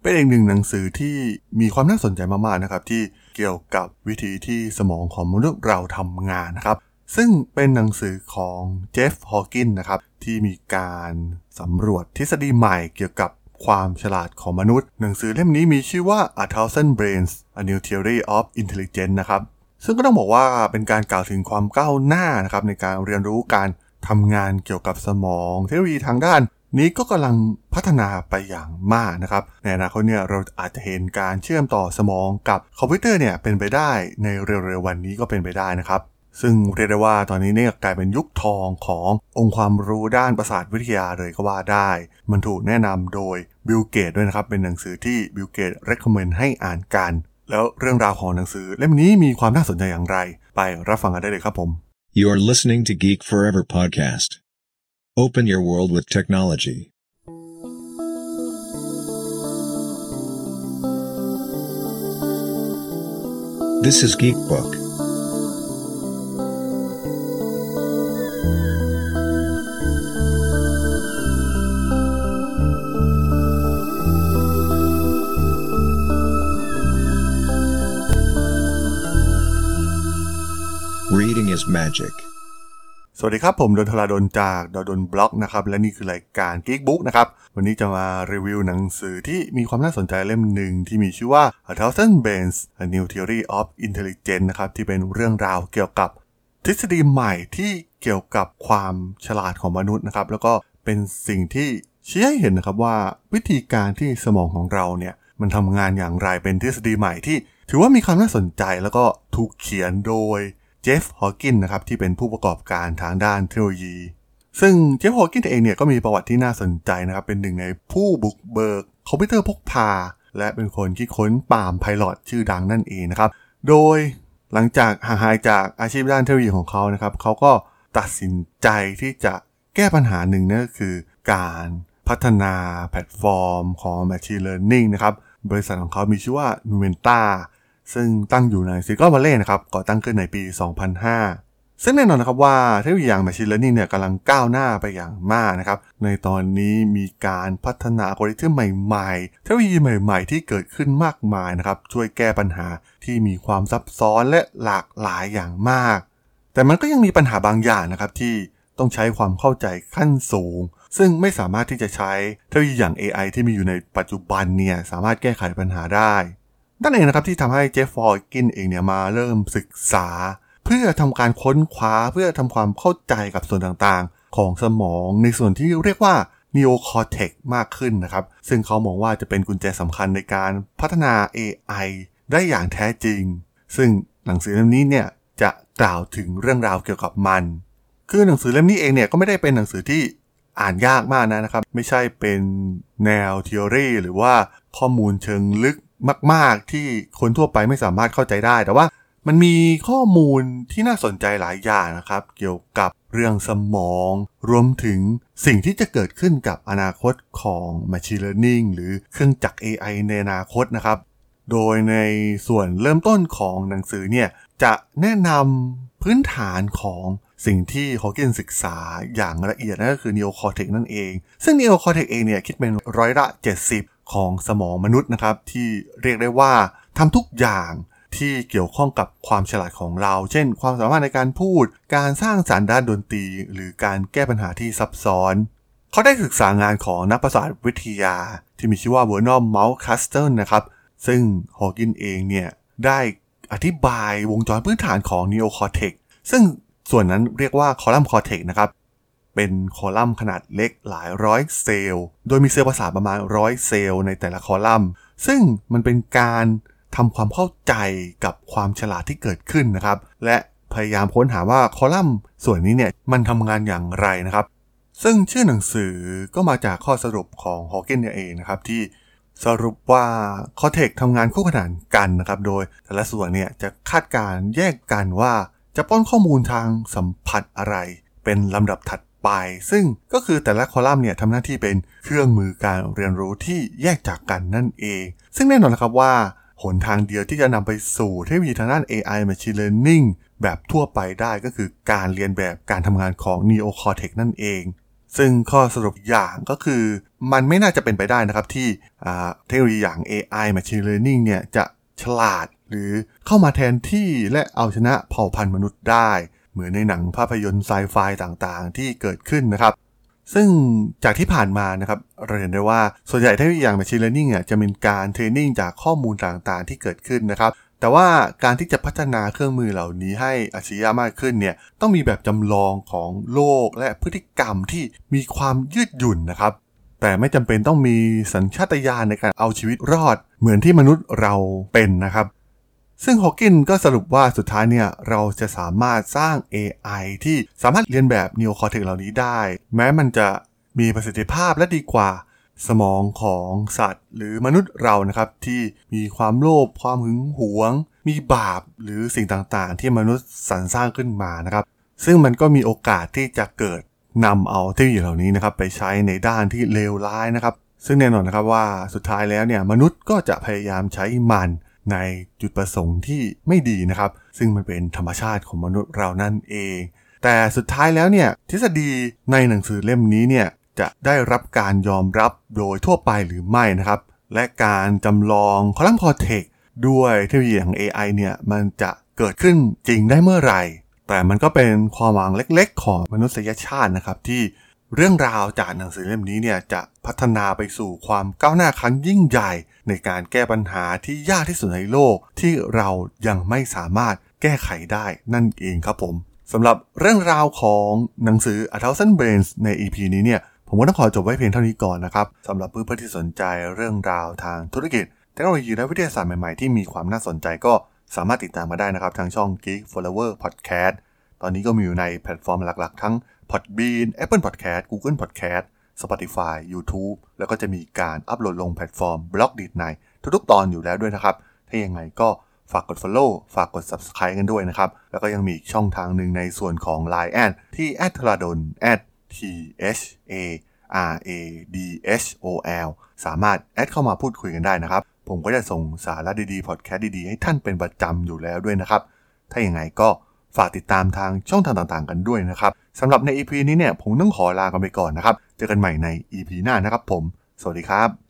เป็นอีกหนึ่งหนังสือที่มีความน่าสนใจมากๆนะครับที่เกี่ยวกับวิธีที่สมองของมนุษย์เราทำงานนะครับซึ่งเป็นหนังสือของเจฟฮอว์กินนะครับที่มีการสำรวจทฤษฎีใหม่เกี่ยวกับความฉลาดของมนุษย์หนังสือเล่มนี้มีชื่อว่า A Thousand Brains A New Theory of Intelligence นะครับซึ่งก็ต้องบอกว่าเป็นการกล่าวถึงความก้าวหน้านะครับในการเรียนรู้การทำงานเกี่ยวกับสมองเทคโนโลยีทางด้านนี้ก็กำลังพัฒนาไปอย่างมากนะครับในอนาคตเนี่ยเราอาจจะเห็นการเชื่อมต่อสมองกับคอมพิวเตอร์เนี่ยเป็นไปได้ในเร็วๆวันนี้ก็เป็นไปได้นะครับซึ่งเรียกได้ว่าตอนนี้เนี่ยกลายเป็นยุคทองขององค์ความรู้ด้านประสาทวิทยาเลยก็ว่าได้มันถูกแนะนำโดยบิลเกตด้วยนะครับเป็นหนังสือที่บิลเกต recommend ให้อ่านกันแล้วเรื่องราวของหนังสือเล่มนี้มีความน่าสนใจอย่างไรไปรับฟังกันได้เลยครับผม You are listening to Geek Forever podcast. Open your world with technology. This is Geek Book. Reading is magic. สวัสดีครับผมดนทราดลจากดนบล็อกนะครับและนี่คือรายการ Geek Book นะครับวันนี้จะมารีวิวหนังสือที่มีความน่าสนใจเล่มหนึ่งที่มีชื่อว่า A Thousand Brains A New Theory of Intelligence นะครับที่เป็นเรื่องราวเกี่ยวกับทฤษฎีใหม่ที่เกี่ยวกับความฉลาดของมนุษย์นะครับแล้วก็เป็นสิ่งที่ชี้ให้เห็นนะครับว่าวิธีการที่สมองของเราเนี่ยมันทำงานอย่างไรเป็นทฤษฎีใหม่ที่ถือว่ามีความน่าสนใจแล้วก็ถูกเขียนโดยเจฟฮอว์กินนะครับที่เป็นผู้ประกอบการทางด้านเทคโนโลยีซึ่งเจฟฮอว์กินเองเนี่ยก็มีประวัติที่น่าสนใจนะครับเป็นหนึ่งในผู้บุกเบิกคอมพิวเตอร์พกพาและเป็นคนที่ค้นPalm Pilotชื่อดังนั่นเองนะครับโดยหลังจากห่างหายจากอาชีพด้านเทคโนโลยีของเขานะครับเขาก็ตัดสินใจที่จะแก้ปัญหาหนึ่งนั่นก็คือการพัฒนาแพลตฟอร์มของ Machine Learning นะครับบริษัทของเขามีชื่อว่า Numentaซึ่งตั้งอยู่ในซิลิคอนวัลเลย์นะครับก่อตั้งขึ้นในปี 2005 ซึ่งแน่นอนนะครับว่าเทคโนโลยีอย่าง Machine Learning เนี่ยกำลังก้าวหน้าไปอย่างมากนะครับในตอนนี้มีการพัฒนาอัลกอริทึมใหม่ๆเทคโนโลยีใหม่ๆที่เกิดขึ้นมากมายนะครับช่วยแก้ปัญหาที่มีความซับซ้อนและหลากหลายอย่างมากแต่มันก็ยังมีปัญหาบางอย่างนะครับที่ต้องใช้ความเข้าใจขั้นสูงซึ่งไม่สามารถที่จะใช้เทคโนโลยีอย่าง AI ที่มีอยู่ในปัจจุบันเนี่ยสามารถแก้ไขปัญหาได้นั่นเองนะครับที่ทำให้เจฟฮอว์กินเองเนี่ยมาเริ่มศึกษาเพื่อทำการค้นคว้าเพื่อทำความเข้าใจกับส่วนต่างๆของสมองในส่วนที่เรียกว่า Neocortex มากขึ้นนะครับซึ่งเขามองว่าจะเป็นกุญแจสำคัญในการพัฒนา AI ได้อย่างแท้จริงซึ่งหนังสือเล่มนี้เนี่ยจะกล่าวถึงเรื่องราวเกี่ยวกับมันคือหนังสือเล่มนี้เองเนี่ยก็ไม่ได้เป็นหนังสือที่อ่านยากมากนะครับไม่ใช่เป็นแนว theory หรือว่าข้อมูลเชิงลึกมากๆที่คนทั่วไปไม่สามารถเข้าใจได้แต่ว่ามันมีข้อมูลที่น่าสนใจหลายอย่างนะครับเกี่ยวกับเรื่องสมองรวมถึงสิ่งที่จะเกิดขึ้นกับอนาคตของ Machine Learning หรือเครื่องจักร AI ในอนาคตนะครับโดยในส่วนเริ่มต้นของหนังสือเนี่ยจะแนะนำพื้นฐานของสิ่งที่ฮอว์กินศึกษาอย่างละเอียดนั่นก็คือ Neocortex นั่นเองซึ่ง Neocortex เองเนี่ยคิดเป็น70%ของสมองมนุษย์นะครับที่เรียกได้ว่าทำทุกอย่างที่เกี่ยวข้องกับความฉลาดของเราเช่นความสามารถในการพูดการสร้างสรรค์ด้านดนตรีหรือการแก้ปัญหาที่ซับซ้อนเขาได้ศึกษางานของนักประสาทวิทยาที่มีชื่อว่า Vernon Mountcastle นะครับซึ่งฮอว์กินเองเนี่ยได้อธิบายวงจรพื้นฐานของ Neocortex ซึ่งส่วนนั้นเรียกว่า Column Cortex นะครับเป็นคอลัมน์ขนาดเล็กหลายร้อยเซลล์โดยมีเซลล์ประสาทประมาณ100เซลล์ในแต่ละคอลัมน์ซึ่งมันเป็นการทำความเข้าใจกับความฉลาดที่เกิดขึ้นนะครับและพยายามค้นหาว่าคอลัมน์ส่วนนี้เนี่ยมันทำงานอย่างไรนะครับซึ่งชื่อหนังสือก็มาจากข้อสรุปของฮอว์กินเองนะครับที่สรุปว่าคอร์เทกซ์ทำงานคู่ขนานกันนะครับโดยแต่ละส่วนเนี่ยจะคาดการณ์แยกกันว่าจะป้อนข้อมูลทางสัมผัสอะไรเป็นลำดับถัดไปซึ่งก็คือแต่ละคอลัมน์เนี่ยทำหน้าที่เป็นเครื่องมือการเรียนรู้ที่แยกจากกันนั่นเองซึ่งแน่นอนนะครับว่าหนทางเดียวที่จะนำไปสู่เทคโนโลยีทางด้าน AI Machine Learning แบบทั่วไปได้ก็คือการเรียนแบบการทำงานของ Neocortex นั่นเองซึ่งข้อสรุปอย่างก็คือมันไม่น่าจะเป็นไปได้นะครับที่เทคโนโลยีอย่าง AI Machine Learning เนี่ยจะฉลาดหรือเข้ามาแทนที่และเอาชนะเผ่าพันธุ์มนุษย์ได้เหมือนในหนังภาพยนตร์ไซไฟต่างๆที่เกิดขึ้นนะครับซึ่งจากที่ผ่านมานะครับเราเห็นได้ว่าส่วนใหญ่เทคโนโลยีอย่าง Machine Learning จะเป็นการเทรนนิ่งจากข้อมูลต่างๆที่เกิดขึ้นนะครับแต่ว่าการที่จะพัฒนาเครื่องมือเหล่านี้ให้อัจฉริยะมากขึ้นเนี่ยต้องมีแบบจำลองของโลกและพฤติกรรมที่มีความยืดหยุ่นนะครับแต่ไม่จำเป็นต้องมีสัญชาตญาณในการเอาชีวิตรอดเหมือนที่มนุษย์เราเป็นนะครับซึ่งฮอว์กินก็สรุปว่าสุดท้ายเนี่ยเราจะสามารถสร้าง AI ที่สามารถเรียนแบบ Neo Cortex เหล่านี้ได้แม้มันจะมีประสิทธิภาพและดีกว่าสมองของสัตว์หรือมนุษย์เรานะครับที่มีความโลภความหึงหวงมีบาปหรือสิ่งต่างๆที่มนุษย์สรรสร้างขึ้นมานะครับซึ่งมันก็มีโอกาสที่จะเกิดนำเอาเทคโนโลยีเหล่านี้นะครับไปใช้ในด้านที่เลวร้ายนะครับซึ่งแน่นอนนะครับว่าสุดท้ายแล้วเนี่ยมนุษย์ก็จะพยายามใช้มันในจุดประสงค์ที่ไม่ดีนะครับซึ่งมันเป็นธรรมชาติของมนุษย์เรานั่นเองแต่สุดท้ายแล้วเนี่ยทฤษฎีในหนังสือเล่มนี้เนี่ยจะได้รับการยอมรับโดยทั่วไปหรือไม่นะครับและการจำลองคอลัมน์คอร์เทกซ์ด้วยเทคโนโลยีอย่าง AI เนี่ยมันจะเกิดขึ้นจริงได้เมื่อไหร่แต่มันก็เป็นความหวังเล็กๆของมนุษยชาตินะครับที่เรื่องราวจากหนังสือเล่มนี้เนี่ยจะพัฒนาไปสู่ความก้าวหน้าครั้งยิ่งใหญ่ในการแก้ปัญหาที่ยากที่สุดในโลกที่เรายังไม่สามารถแก้ไขได้นั่นเองครับผมสำหรับเรื่องราวของหนังสือ A Thousand Brains ใน EP นี้เนี่ยผมก็ต้องขอจบไว้เพียงเท่านี้ก่อนนะครับสำหรับเพื่อนๆที่สนใจเรื่องราวทางธุรกิจเทคโนโลยีและวิทยาศาสตร์ใหม่ๆที่มีความน่าสนใจก็สามารถติดตามมาได้นะครับทางช่อง Geek Flower Podcast ตอนนี้ก็มีอยู่ในแพลตฟอร์มหลักๆทั้ง Podbean Apple Podcast Google Podcast Spotify YouTube แล้วก็จะมีการอัปโหลดลงแพลตฟอร์ม Blogdit ในทุกๆตอนอยู่แล้วด้วยนะครับถ้ายังไงก็ฝากกด follow ฝากกด subscribe กันด้วยนะครับแล้วก็ยังมีอีกช่องทางหนึ่งในส่วนของ Line แอดที่ @thradol @thradol สามารถแอดเข้ามาพูดคุยกันได้นะครับผมก็จะส่งสาระดีๆพอดแคสต์ดีๆให้ท่านเป็นประจำอยู่แล้วด้วยนะครับถ้าอย่างไรก็ฝากติดตามทางช่องทางต่างๆกันด้วยนะครับสำหรับใน EP นี้เนี่ยผมต้องขอลากันไปก่อนนะครับเจอกันใหม่ใน EP หน้านะครับผมสวัสดีครับ